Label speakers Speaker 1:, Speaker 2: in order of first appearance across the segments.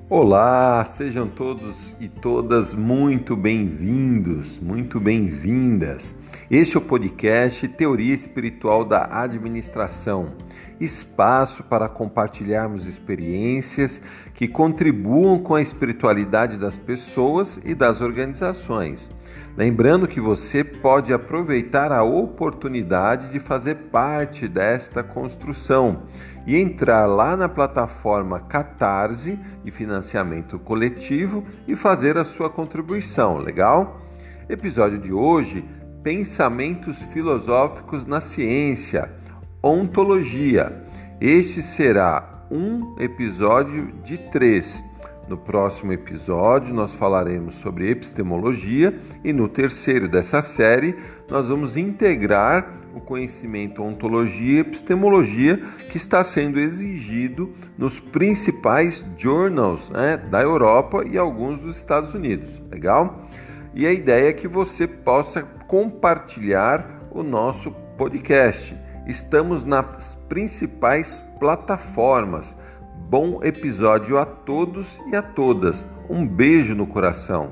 Speaker 1: Olá, sejam todos e todas muito bem-vindos, muito bem-vindas. Este é o podcast Teoria Espiritual da Administração, espaço para compartilharmos experiências que contribuam com a espiritualidade das pessoas e das organizações. Lembrando que você pode aproveitar a oportunidade de fazer parte desta construção e entrar lá na plataforma Catarse de financiamento coletivo e fazer a sua contribuição, legal? Episódio de hoje, Pensamentos Filosóficos na Ciência, Ontologia. Este será um episódio de 3. No próximo episódio, nós falaremos sobre epistemologia e no terceiro dessa série, nós vamos integrar o conhecimento ontologia e epistemologia que está sendo exigido nos principais journals da Europa e alguns dos Estados Unidos. Legal? E a ideia é que você possa compartilhar o nosso podcast. Estamos nas principais plataformas. Bom episódio a todos e a todas. Um beijo no coração.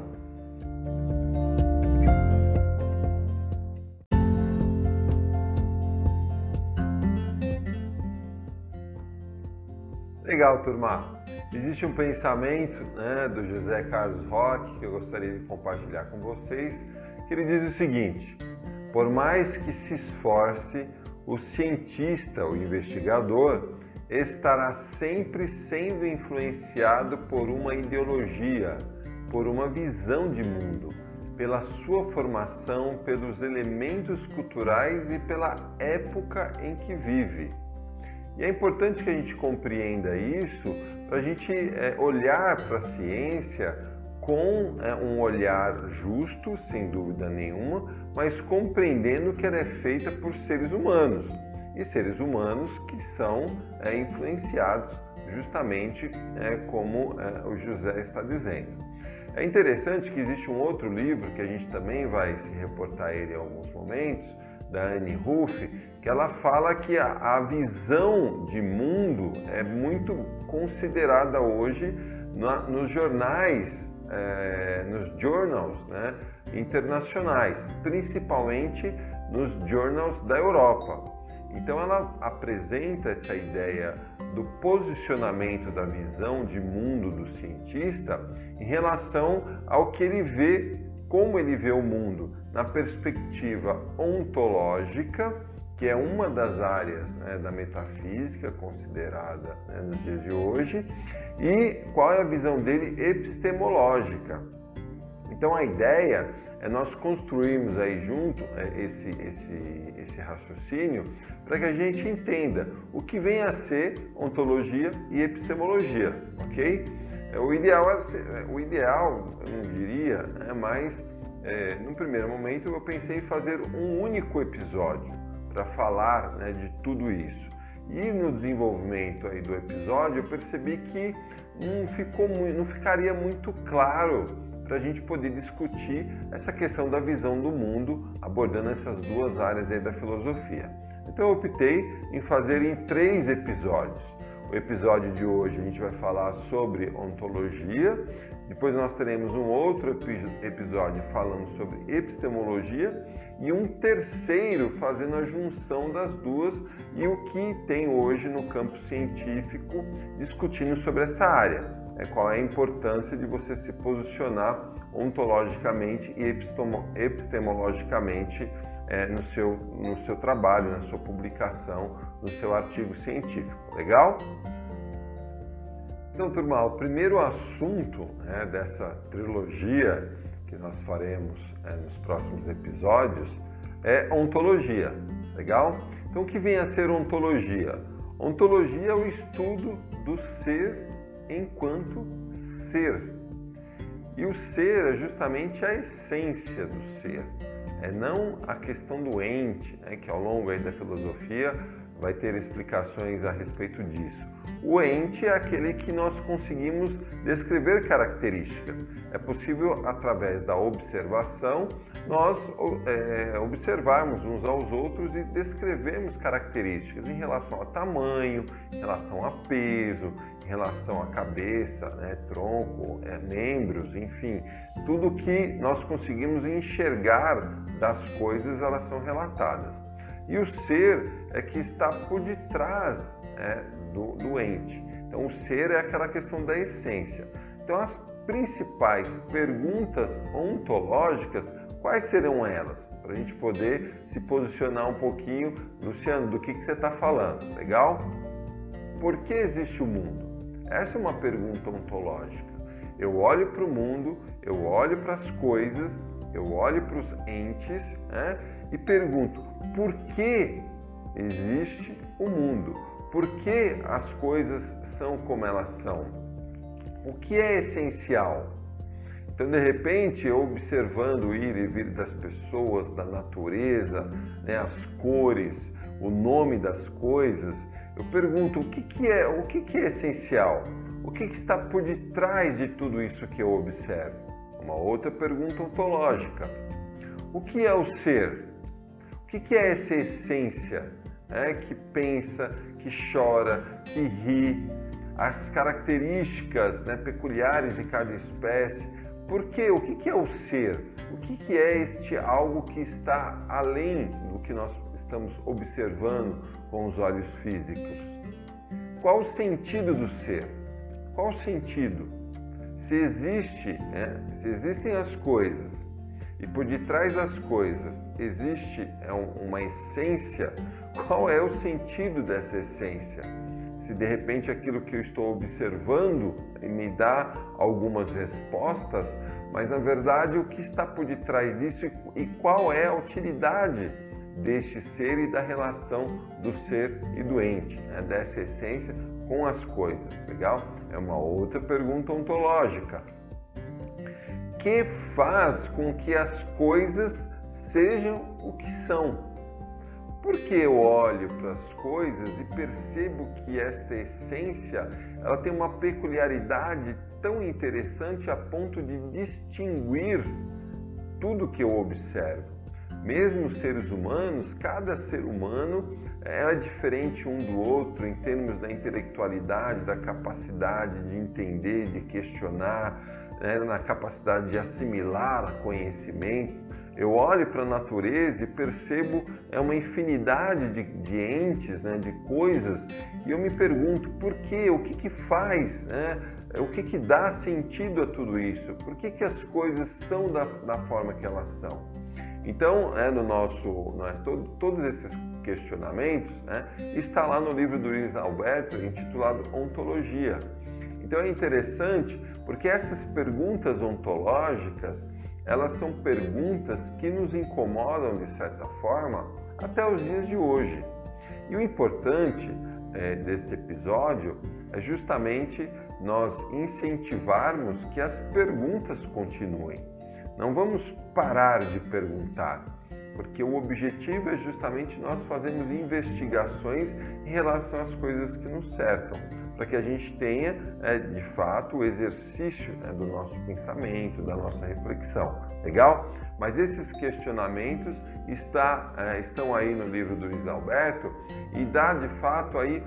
Speaker 1: Legal, turma. Existe um pensamento do José Carlos Roque que eu gostaria de compartilhar com vocês, que ele diz o seguinte: por mais que se esforce, o cientista, o investigador, estará sempre sendo influenciado por uma ideologia, por uma visão de mundo, pela sua formação, pelos elementos culturais e pela época em que vive. E é importante que a gente compreenda isso para a gente olhar para a ciência com um olhar justo, sem dúvida nenhuma, mas compreendendo que ela é feita por seres humanos. E seres humanos que são influenciados justamente como o José está dizendo. É interessante que existe um outro livro que a gente também vai se reportar a ele em alguns momentos, da Annie Ruff, que ela fala que a visão de mundo é muito considerada hoje nos jornais, nos journals internacionais, principalmente nos journals da Europa. Então ela apresenta essa ideia do posicionamento da visão de mundo do cientista em relação ao que ele vê, como ele vê o mundo, na perspectiva ontológica, que é uma das áreas da metafísica considerada nos dias de hoje, e qual é a visão dele epistemológica. Então a ideia é nós construirmos aí junto esse raciocínio para que a gente entenda o que vem a ser ontologia e epistemologia, ok? O ideal, eu não diria, mas no primeiro momento eu pensei em fazer um único episódio para falar de tudo isso. E no desenvolvimento aí do episódio eu percebi que não ficaria muito claro para a gente poder discutir essa questão da visão do mundo, abordando essas duas áreas aí da filosofia. Então eu optei em fazer em 3 episódios. O episódio de hoje a gente vai falar sobre ontologia, depois nós teremos um outro episódio falando sobre epistemologia e um terceiro fazendo a junção das duas e o que tem hoje no campo científico discutindo sobre essa área. Qual é a importância de você se posicionar ontologicamente e epistemologicamente no seu trabalho, na sua publicação, no seu artigo científico. Legal? Então, turma, o primeiro assunto dessa trilogia que nós faremos nos próximos episódios é ontologia. Legal? Então, o que vem a ser ontologia? Ontologia é o estudo do ser enquanto ser. E o ser é justamente a essência do ser. é não a questão do ente, né, que ao longo aí da filosofia vai ter explicações a respeito disso. O ente é aquele que nós conseguimos descrever características. É possível, através da observação, nós observarmos uns aos outros e descrevermos características em relação a tamanho, em relação a peso, em relação à cabeça, né, tronco, membros, enfim, tudo que nós conseguimos enxergar das coisas, elas são relatadas. E o ser é que está por detrás do ente. Então, o ser é aquela questão da essência. Então, as principais perguntas ontológicas, quais serão elas? Para a gente poder se posicionar um pouquinho, Luciano, do que você está falando, legal? Por que existe o mundo? Essa é uma pergunta ontológica. Eu olho para o mundo, eu olho para as coisas, eu olho para os entes, né, e pergunto, por que existe o mundo? Por que as coisas são como elas são? O que é essencial? Então, de repente, eu observando o ir e vir das pessoas, da natureza, né, as cores, o nome das coisas, eu pergunto, o que é essencial? O que está por detrás de tudo isso que eu observo? Uma outra pergunta ontológica. O que é o ser? O que é essa essência, que pensa, que chora, que ri? As características, né, peculiares de cada espécie. Por quê? O que é o ser? O que é este algo que está além do que nós estamos observando com os olhos físicos? Qual o sentido do ser? Qual o sentido? Se existem as coisas e por detrás das coisas existe uma essência, qual é o sentido dessa essência? Se de repente aquilo que eu estou observando me dá algumas respostas, mas na verdade o que está por detrás disso e qual é a utilidade deste ser e da relação do ser e do ente, né? Dessa essência com as coisas, legal? É uma outra pergunta ontológica. Que faz com que as coisas sejam o que são? Porque eu olho para as coisas e percebo que esta essência ela tem uma peculiaridade tão interessante a ponto de distinguir tudo que eu observo. Mesmo os seres humanos, cada ser humano é diferente um do outro em termos da intelectualidade, da capacidade de entender, de questionar, na capacidade de assimilar conhecimento. Eu olho para a natureza e percebo uma infinidade de entes, né, de coisas, e eu me pergunto por quê, o que faz, né, o que dá sentido a tudo isso, por que as coisas são da forma que elas são. Então, todos esses questionamentos, está lá no livro do Luiz Alberto, intitulado Ontologia. Então é interessante porque essas perguntas ontológicas, elas são perguntas que nos incomodam de certa forma até os dias de hoje. E o importante deste episódio é justamente nós incentivarmos que as perguntas continuem. Não vamos parar de perguntar, porque o objetivo é justamente nós fazermos investigações em relação às coisas que nos cercam, para que a gente tenha, de fato, o exercício do nosso pensamento, da nossa reflexão. Legal? Mas esses questionamentos estão aí no livro do Luiz Alberto e dá, de fato, aí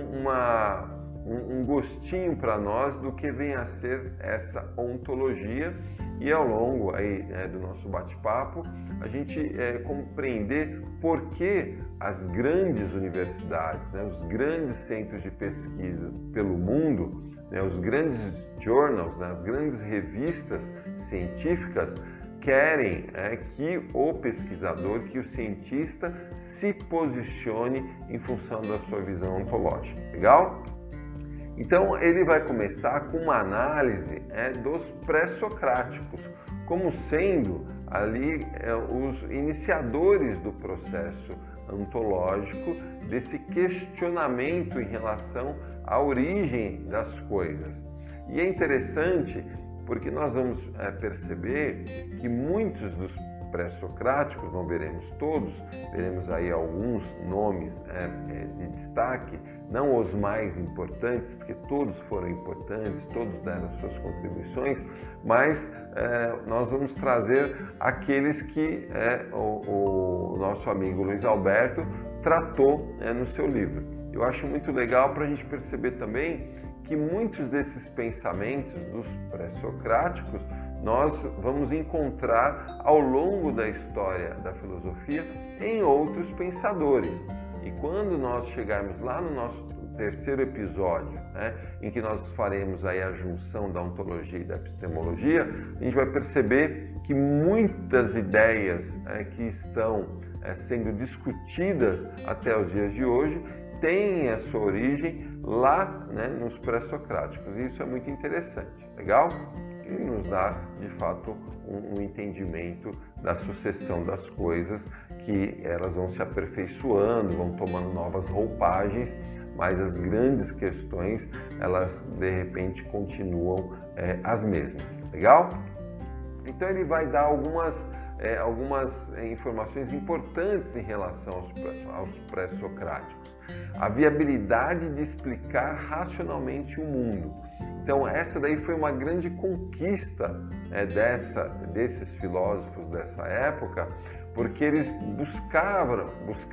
Speaker 1: um gostinho para nós do que vem a ser essa ontologia. E ao longo aí, do nosso bate-papo, a gente compreender por que as grandes universidades, os grandes centros de pesquisas pelo mundo, os grandes journals, as grandes revistas científicas querem que o pesquisador, que o cientista se posicione em função da sua visão ontológica. Legal? Então, ele vai começar com uma análise dos pré-socráticos, como sendo ali os iniciadores do processo ontológico, desse questionamento em relação à origem das coisas. E é interessante porque nós vamos perceber que muitos dos pré-socráticos, não veremos todos, veremos aí alguns nomes de destaque, não os mais importantes, porque todos foram importantes, todos deram suas contribuições, mas nós vamos trazer aqueles que o nosso amigo Luiz Alberto tratou no seu livro. Eu acho muito legal para a gente perceber também que muitos desses pensamentos dos pré-socráticos nós vamos encontrar ao longo da história da filosofia em outros pensadores. E quando nós chegarmos lá no nosso terceiro episódio, em que nós faremos aí a junção da ontologia e da epistemologia, a gente vai perceber que muitas ideias que estão sendo discutidas até os dias de hoje têm a sua origem lá nos pré-socráticos. E isso é muito interessante, legal? E nos dá, de fato, um entendimento da sucessão das coisas, que elas vão se aperfeiçoando, vão tomando novas roupagens, mas as grandes questões, elas de repente continuam as mesmas, legal? Então ele vai dar algumas informações importantes em relação aos pré-socráticos. A viabilidade de explicar racionalmente o mundo. Então essa daí foi uma grande conquista desses filósofos dessa época, porque eles buscaram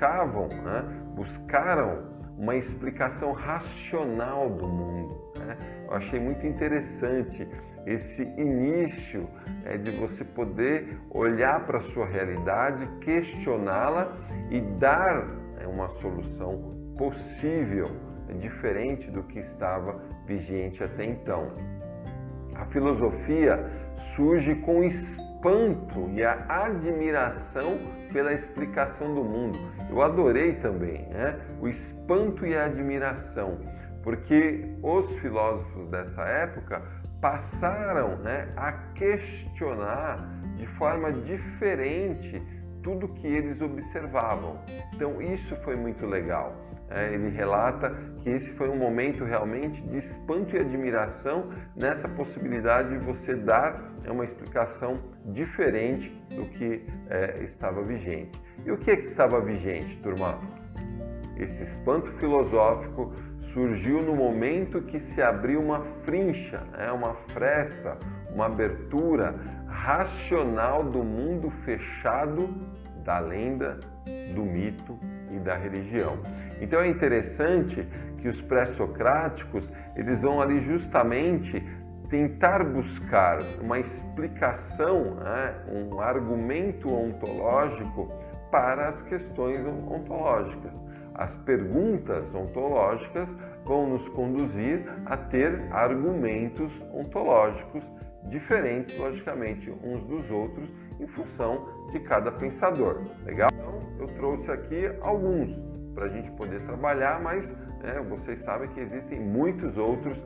Speaker 1: uma explicação racional do mundo. Eu achei muito interessante esse início de você poder olhar para a sua realidade, questioná-la e dar uma solução possível, diferente do que estava vigente até então. A filosofia surge com espanto e a admiração pela explicação do mundo. Eu adorei também, o espanto e a admiração, porque os filósofos dessa época passaram a questionar de forma diferente tudo que eles observavam. Então isso foi muito legal. Ele relata que esse foi um momento realmente de espanto e admiração nessa possibilidade de você dar uma explicação diferente do que estava vigente. E o que estava vigente, turma? Esse espanto filosófico surgiu no momento que se abriu uma frincha, uma fresta, uma abertura racional do mundo fechado da lenda, do mito e da religião. Então é interessante que os pré-socráticos, eles vão ali justamente tentar buscar uma explicação, um argumento ontológico para as questões ontológicas. As perguntas ontológicas vão nos conduzir a ter argumentos ontológicos diferentes, logicamente, uns dos outros, em função de cada pensador. Legal? Então, eu trouxe aqui alguns para a gente poder trabalhar, mas vocês sabem que existem muitos outros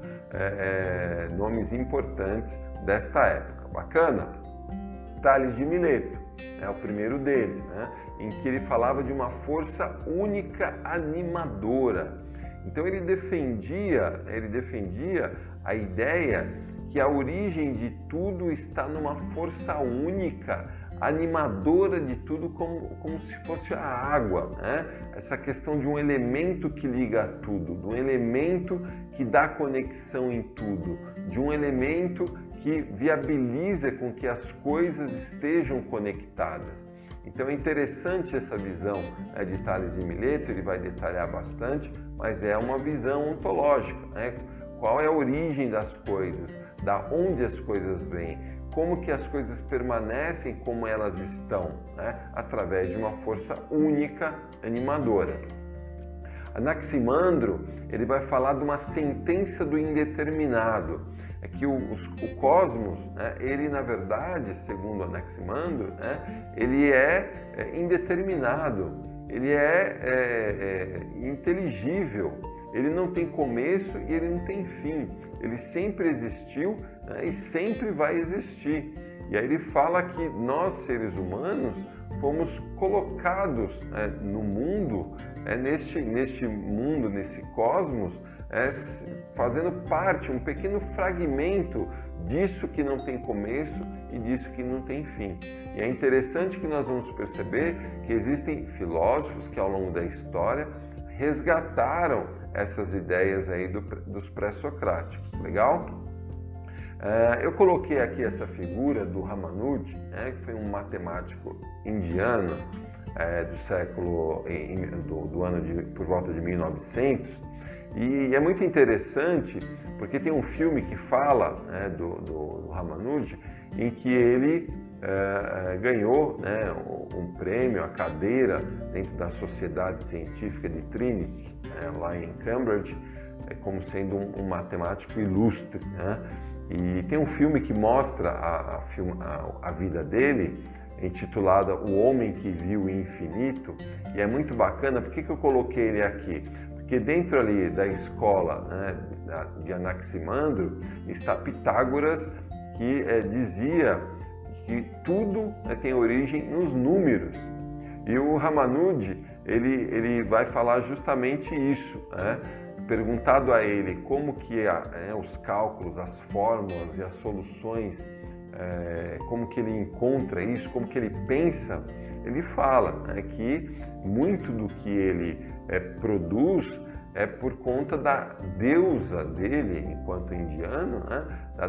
Speaker 1: nomes importantes desta época. Bacana? Tales de Mileto é o primeiro deles, em que ele falava de uma força única animadora. Então ele defendia a ideia que a origem de tudo está numa força única, animadora de tudo, como se fosse a água, Essa questão de um elemento que liga a tudo, de um elemento que dá conexão em tudo, de um elemento que viabiliza com que as coisas estejam conectadas. Então é interessante essa visão de Tales de Mileto, ele vai detalhar bastante, mas é uma visão ontológica, Qual é a origem das coisas, da onde as coisas vêm, como que as coisas permanecem como elas estão, através de uma força única animadora. Anaximandro, ele vai falar de uma sentença do indeterminado. É que o cosmos, ele na verdade, segundo Anaximandro, ele é indeterminado, ele é inteligível, ele não tem começo e ele não tem fim, ele sempre existiu e sempre vai existir. E aí ele fala que nós, seres humanos, fomos colocados no mundo, neste mundo, nesse cosmos, fazendo parte, um pequeno fragmento disso que não tem começo e disso que não tem fim. E é interessante que nós vamos perceber que existem filósofos que ao longo da história resgataram essas ideias aí dos pré-socráticos. Legal? Eu coloquei aqui essa figura do Ramanuja, que foi um matemático indiano do século, do ano por volta de 1900, e é muito interessante porque tem um filme que fala do Ramanuja, em que ele ganhou um prêmio, a cadeira dentro da Sociedade Científica de Trinity, lá em Cambridge, como sendo um matemático ilustre. E tem um filme que mostra a vida dele, intitulada O Homem que Viu o Infinito, e é muito bacana. Por que eu coloquei ele aqui? Porque dentro ali da escola de Anaximandro está Pitágoras, que dizia que tudo tem origem nos números. E o Ramanuja, ele vai falar justamente isso, Perguntado a ele como que os cálculos, as fórmulas e as soluções, como que ele encontra isso, como que ele pensa, ele fala que muito do que ele produz é por conta da deusa dele, enquanto indiano, a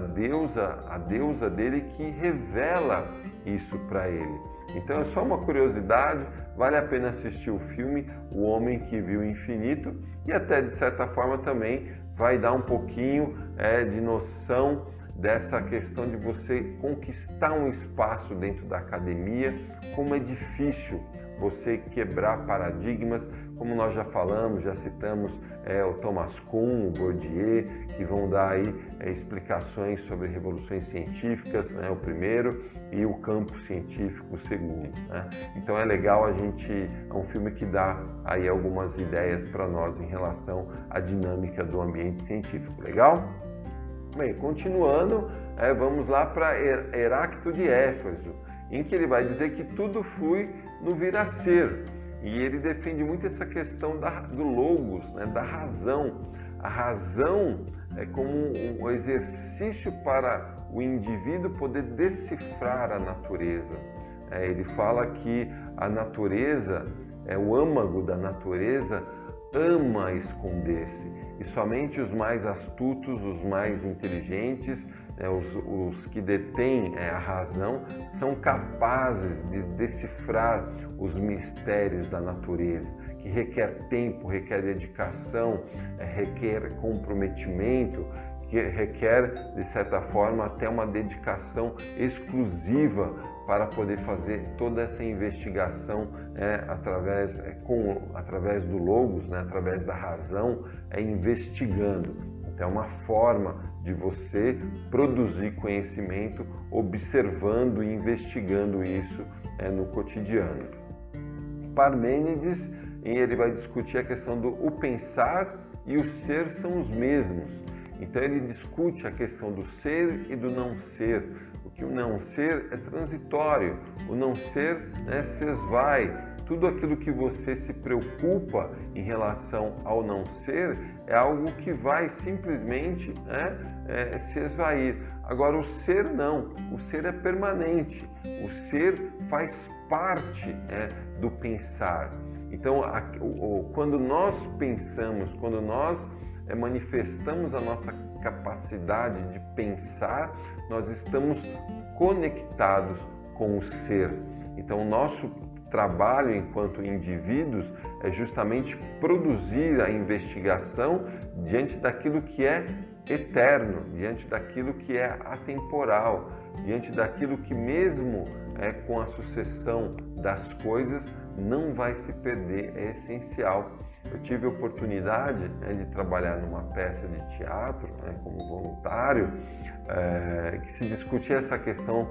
Speaker 1: deusa dele que revela isso para ele. Então é só uma curiosidade, vale a pena assistir o filme O Homem que Viu o Infinito, e até de certa forma também vai dar um pouquinho de noção dessa questão de você conquistar um espaço dentro da academia, como é difícil você quebrar paradigmas, como nós já falamos, já citamos o Thomas Kuhn, o Bourdieu, que vão dar aí explicações sobre revoluções científicas, o primeiro, e o campo científico, o segundo. Então é legal é um filme que dá aí algumas ideias para nós em relação à dinâmica do ambiente científico. Legal? Bem, continuando, vamos lá para Heráclito de Éfeso, em que ele vai dizer que tudo flui no vir a ser. E ele defende muito essa questão do logos, da razão. A razão é como um exercício para o indivíduo poder decifrar a natureza. Ele fala que a natureza, o âmago da natureza, ama esconder-se. E somente os mais astutos, os mais inteligentes, os que detêm a razão, são capazes de decifrar os mistérios da natureza, que requer tempo, requer dedicação, requer comprometimento, que requer, de certa forma, até uma dedicação exclusiva para poder fazer toda essa investigação através do logos, através da razão, investigando. Então é uma forma de você produzir conhecimento observando e investigando isso no cotidiano. Parmênides, ele vai discutir a questão do o pensar e o ser são os mesmos. Então ele discute a questão do ser e do não ser. O que o não ser é transitório, o não ser se esvai. Tudo aquilo que você se preocupa em relação ao não ser é algo que vai simplesmente se esvair. Agora o ser não, o ser é permanente, o ser faz parte do pensar. Então quando nós pensamos, quando nós manifestamos a nossa capacidade de pensar, nós estamos conectados com o ser. Então o nosso trabalho enquanto indivíduos é justamente produzir a investigação diante daquilo que é eterno, diante daquilo que é atemporal, diante daquilo que mesmo com a sucessão das coisas não vai se perder, é essencial. Eu tive a oportunidade de trabalhar numa peça de teatro como voluntário, que se discutia essa questão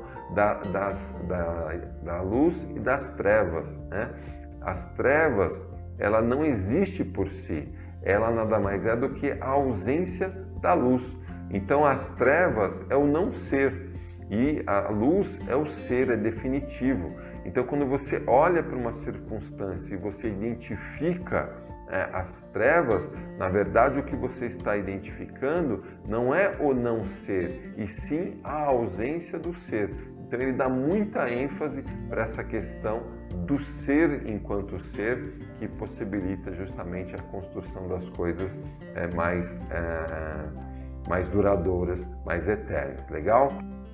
Speaker 1: da luz e das trevas. As trevas, ela não existe por si, ela nada mais é do que a ausência da luz. Então as trevas é o não ser e a luz é o ser, é definitivo. Então quando você olha para uma circunstância e você identifica as trevas, na verdade o que você está identificando não é o não ser, e sim a ausência do ser. Então ele dá muita ênfase para essa questão do ser enquanto ser, que possibilita justamente a construção das coisas mais duradouras, mais etéreas. Legal?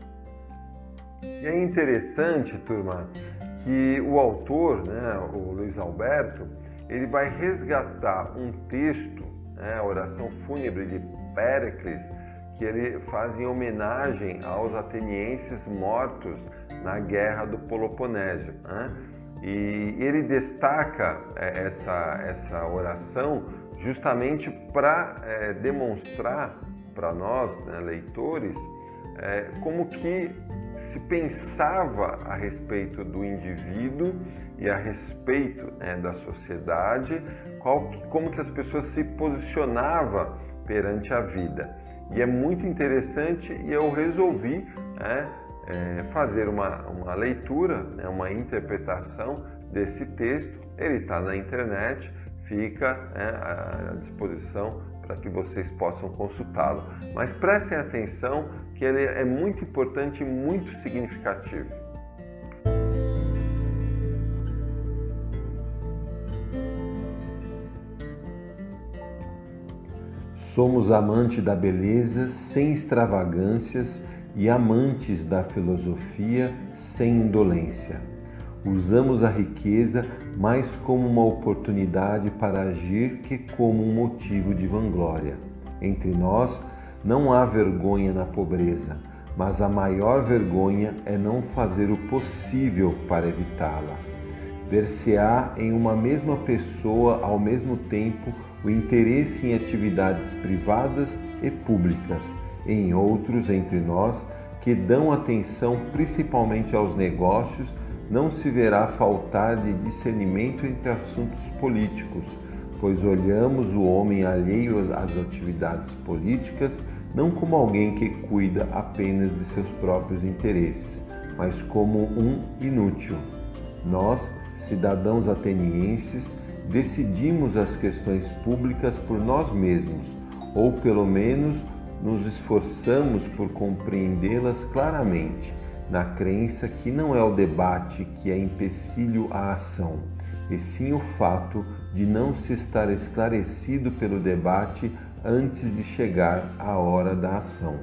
Speaker 1: E é interessante, turma, que o autor, o Luiz Alberto, ele vai resgatar um texto, a oração fúnebre de Péricles, que ele faz em homenagem aos atenienses mortos na Guerra do Peloponeso. E ele destaca essa oração justamente para demonstrar para nós, leitores, como que se pensava a respeito do indivíduo e a respeito da sociedade, como que as pessoas se posicionavam perante a vida. E é muito interessante, e eu resolvi fazer uma leitura, uma interpretação desse texto. Ele está na internet, fica à disposição para que vocês possam consultá-lo. Mas prestem atenção que ele é muito importante e muito significativo.
Speaker 2: Somos amantes da beleza sem extravagâncias e amantes da filosofia sem indolência. Usamos a riqueza mais como uma oportunidade para agir que como um motivo de vanglória. Entre nós não há vergonha na pobreza, mas a maior vergonha é não fazer o possível para evitá-la. Ver-se-á em uma mesma pessoa ao mesmo tempo o interesse em atividades privadas e públicas, em outros entre nós que dão atenção principalmente aos negócios, não se verá faltar de discernimento entre assuntos políticos, pois olhamos o homem alheio às atividades políticas não como alguém que cuida apenas de seus próprios interesses, mas como um inútil. Nós, cidadãos atenienses, decidimos as questões públicas por nós mesmos, ou pelo menos nos esforçamos por compreendê-las claramente, na crença que não é o debate que é empecilho à ação, e sim o fato de não se estar esclarecido pelo debate antes de chegar a hora da ação.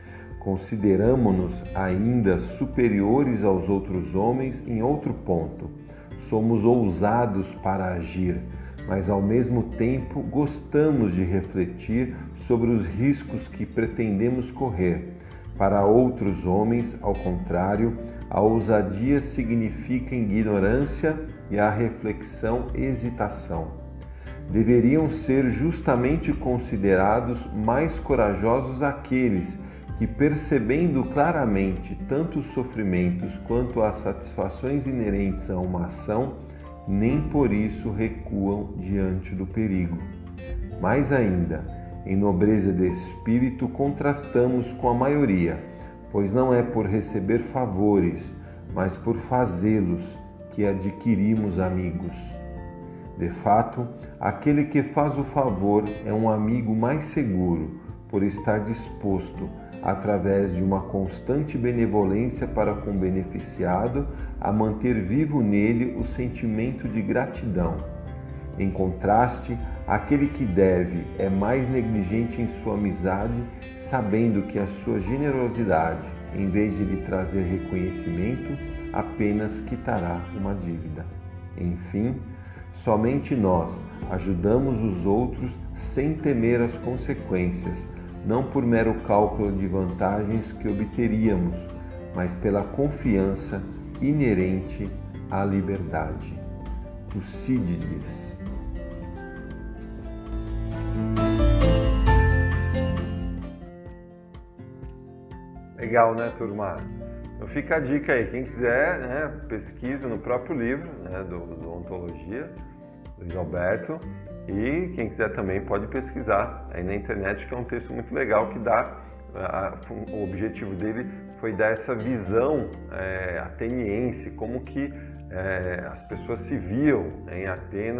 Speaker 2: Consideramo-nos ainda superiores aos outros homens em outro ponto. Somos ousados para agir, mas ao mesmo tempo gostamos de refletir sobre os riscos que pretendemos correr. Para outros homens, ao contrário, a ousadia significa ignorância e a reflexão hesitação. Deveriam ser justamente considerados mais corajosos aqueles que, percebendo claramente tanto os sofrimentos quanto as satisfações inerentes a uma ação, nem por isso recuam diante do perigo. Mais ainda, em nobreza de espírito contrastamos com a maioria, pois não é por receber favores, mas por fazê-los que adquirimos amigos. De fato, aquele que faz o favor é um amigo mais seguro, por estar disposto, através de uma constante benevolência para com o beneficiado, a manter vivo nele o sentimento de gratidão. Em contraste, aquele que deve é mais negligente em sua amizade, sabendo que a sua generosidade, em vez de lhe trazer reconhecimento, apenas quitará uma dívida. Enfim, somente nós ajudamos os outros sem temer as consequências, não por mero cálculo de vantagens que obteríamos, mas pela confiança inerente à liberdade. Tucídides.
Speaker 1: Legal, né, turma? Então fica a dica aí, quem quiser, pesquisa no próprio livro, do Ontologia, do Luiz Alberto, e quem quiser também pode pesquisar aí na internet, que é um texto muito legal que dá, o objetivo dele foi dar essa visão ateniense, como que as pessoas se viam em Atenas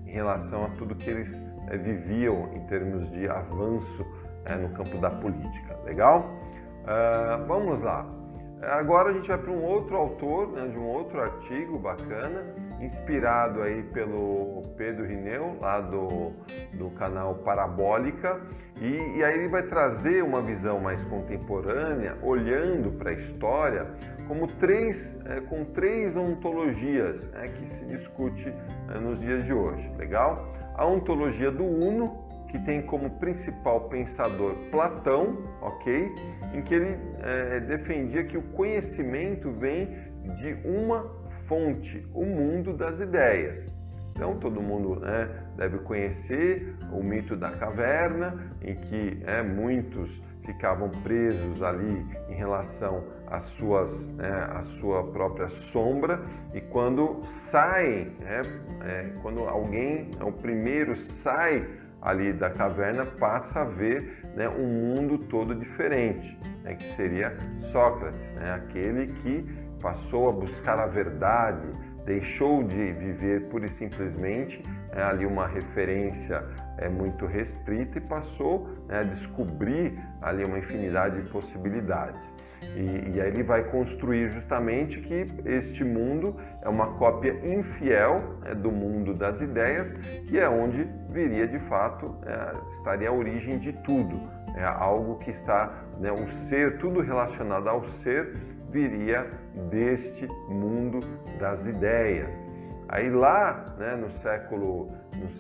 Speaker 1: em relação a tudo que eles viviam em termos de avanço no campo da política. Legal? Vamos lá. Agora a gente vai para um outro autor, de um outro artigo bacana, inspirado aí pelo Pedro Rineu, lá do canal Parabólica, e aí ele vai trazer uma visão mais contemporânea, olhando para a história, com três ontologias que se discute nos dias de hoje. Legal? A ontologia do Uno, que tem como principal pensador Platão, ok? Em que ele defendia que o conhecimento vem de uma fonte, o mundo das ideias. Então, todo mundo deve conhecer o mito da caverna, em que muitos ficavam presos ali em relação à sua própria sombra, e quando saem, quando alguém, o primeiro sai ali da caverna, passa a ver um mundo todo diferente, que seria Sócrates, aquele que passou a buscar a verdade, deixou de viver pura e simplesmente ali uma referência muito restrita e passou a descobrir ali uma infinidade de possibilidades. E aí ele vai construir justamente que este mundo é uma cópia infiel do mundo das ideias, que é onde viria de fato, estaria a origem de tudo. Algo que está, o ser, tudo relacionado ao ser, viria deste mundo das ideias. Aí lá, no século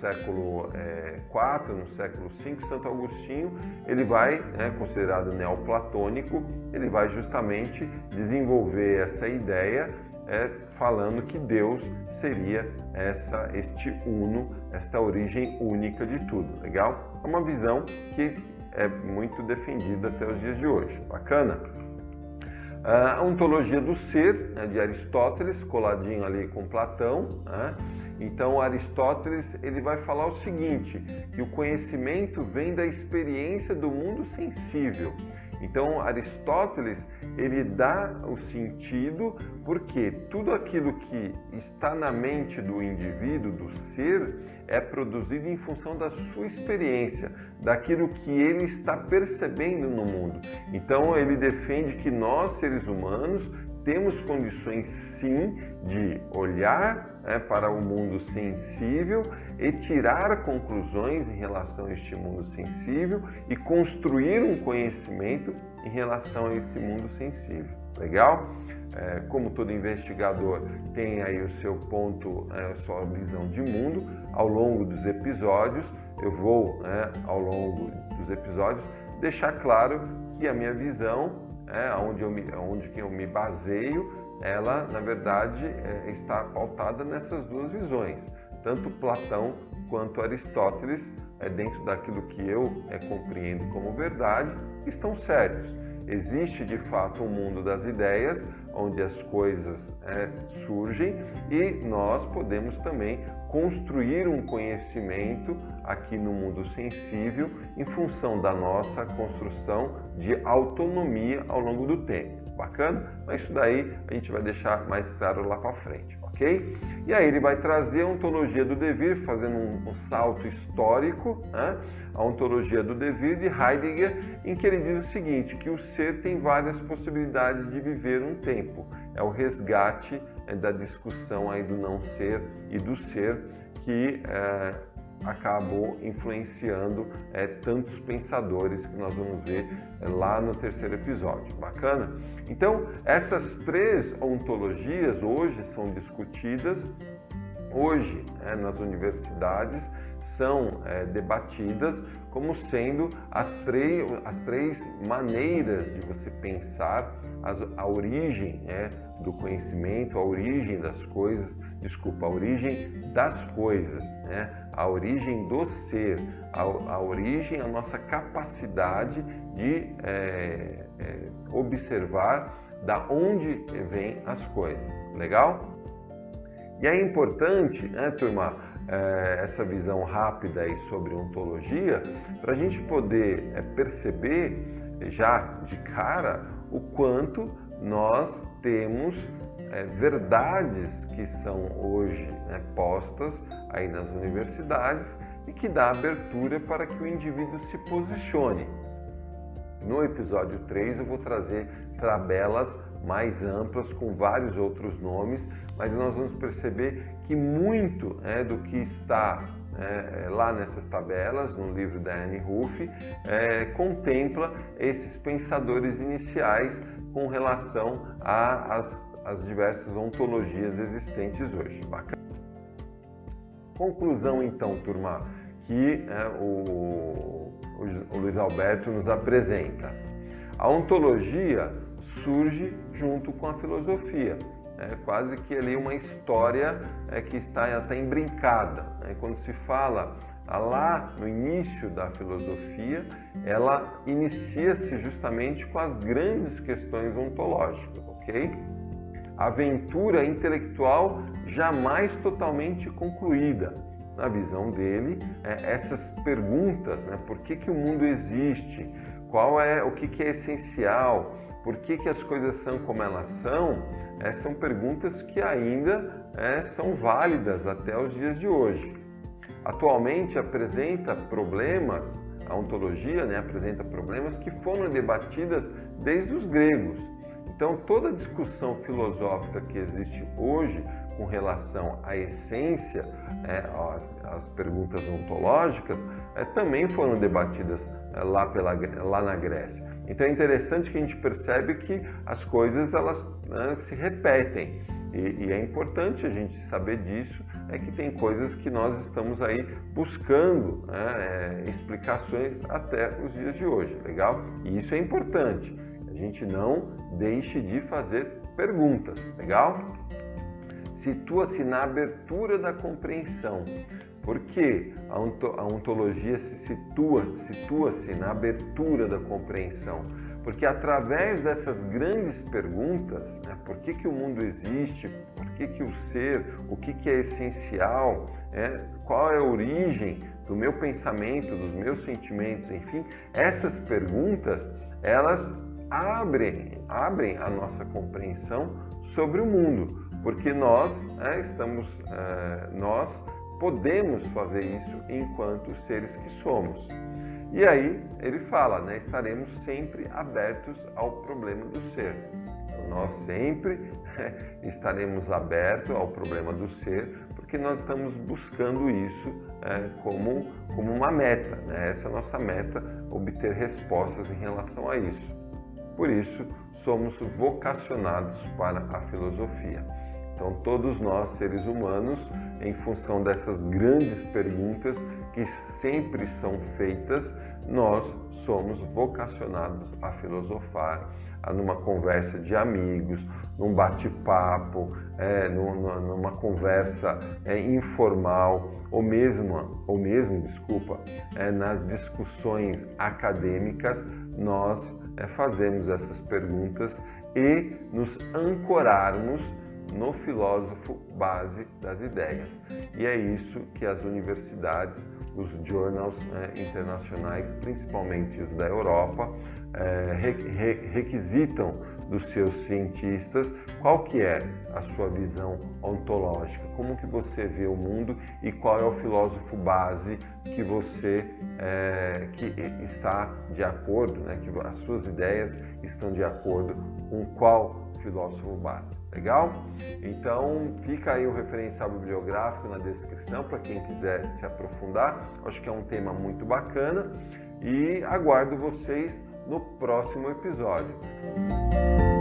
Speaker 1: IV, no século V, Santo Agostinho, ele vai, considerado neoplatônico, ele vai justamente desenvolver essa ideia, falando que Deus seria este uno, esta origem única de tudo. Legal? É uma visão que é muito defendida até os dias de hoje. Bacana? A ontologia do ser, de Aristóteles, coladinho ali com Platão. Então, Aristóteles ele vai falar o seguinte, que o conhecimento vem da experiência do mundo sensível. Então, Aristóteles ele dá o sentido, porque tudo aquilo que está na mente do indivíduo, do ser, é produzido em função da sua experiência, daquilo que ele está percebendo no mundo. Então, ele defende que nós, seres humanos, temos condições sim de olhar para o mundo sensível e tirar conclusões em relação a este mundo sensível e construir um conhecimento em relação a esse mundo sensível. Legal? Como todo investigador tem aí o seu ponto, a sua visão de mundo, ao longo dos episódios, eu vou, ao longo dos episódios, deixar claro que a minha visão, onde eu me baseio, ela, na verdade, está pautada nessas duas visões. Tanto Platão quanto Aristóteles, dentro daquilo que eu compreendo como verdade, estão certos. Existe, de fato, um mundo das ideias, onde as coisas surgem, e nós podemos também construir um conhecimento aqui no mundo sensível em função da nossa construção de autonomia ao longo do tempo. Bacana? Mas isso daí a gente vai deixar mais claro lá para frente, ok? E aí ele vai trazer a ontologia do devir, fazendo um salto histórico, a ontologia do devir de Heidegger, em que ele diz o seguinte, que o ser tem várias possibilidades de viver um tempo. É o resgate da discussão aí do não ser e do ser que acabou influenciando tantos pensadores que nós vamos ver lá no terceiro episódio. Bacana? Então, essas três ontologias hoje são discutidas, hoje nas universidades são debatidas como sendo as três maneiras de você pensar a origem do conhecimento, a origem das coisas, a origem das coisas, a origem do ser, a origem, a nossa capacidade de observar da onde vêm as coisas. Legal? E é importante, turma, essa visão rápida aí sobre ontologia, para a gente poder perceber já de cara o quanto nós temos verdades que são hoje postas aí nas universidades e que dá abertura para que o indivíduo se posicione. No episódio 3 eu vou trazer tabelas mais amplas com vários outros nomes, mas nós vamos perceber que muito do que está lá nessas tabelas, no livro da Annie Ruff, contempla esses pensadores iniciais com relação às diversas ontologias existentes hoje. Bacana? Conclusão então, turma, que o Luiz Alberto nos apresenta. A ontologia surge junto com a filosofia. Quase que ali uma história que está até imbrincada. Quando se fala lá no início da filosofia, ela inicia-se justamente com as grandes questões ontológicas, ok? A aventura intelectual jamais totalmente concluída. Na visão dele, essas perguntas, por que o mundo existe, o que é essencial, por que as coisas são como elas são perguntas que ainda são válidas até os dias de hoje. Atualmente apresenta problemas, a ontologia apresenta problemas que foram debatidas desde os gregos. Então toda a discussão filosófica que existe hoje com relação à essência, as perguntas ontológicas, também foram debatidas lá na Grécia. Então é interessante que a gente percebe que as coisas elas se repetem e é importante a gente saber disso, que tem coisas que nós estamos aí buscando explicações até os dias de hoje, legal? E isso é importante, a gente não deixe de fazer perguntas, legal? Situa-se na abertura da compreensão. Por que a ontologia situa-se na abertura da compreensão? Porque através dessas grandes perguntas, por que o mundo existe, por que o ser, o que é essencial, qual é a origem do meu pensamento, dos meus sentimentos, enfim, essas perguntas, elas abrem a nossa compreensão sobre o mundo, porque nós podemos fazer isso enquanto seres que somos. E aí ele fala, estaremos sempre abertos ao problema do ser. Então, nós sempre estaremos abertos ao problema do ser, porque nós estamos buscando isso como uma meta. Essa é a nossa meta, obter respostas em relação a isso. Por isso, somos vocacionados para a filosofia. Então, todos nós, seres humanos, em função dessas grandes perguntas que sempre são feitas, nós somos vocacionados a filosofar, numa conversa de amigos, num bate-papo, numa conversa informal, ou mesmo, nas discussões acadêmicas, nós fazemos essas perguntas e nos ancorarmos no filósofo base das ideias. E é isso que as universidades, os journals internacionais, principalmente os da Europa, requisitam dos seus cientistas qual que é a sua visão ontológica, como que você vê o mundo e qual é o filósofo base que você que está de acordo, que as suas ideias estão de acordo com qual filósofo base. Legal? Então fica aí o referencial bibliográfico na descrição para quem quiser se aprofundar. Acho que é um tema muito bacana e aguardo vocês no próximo episódio.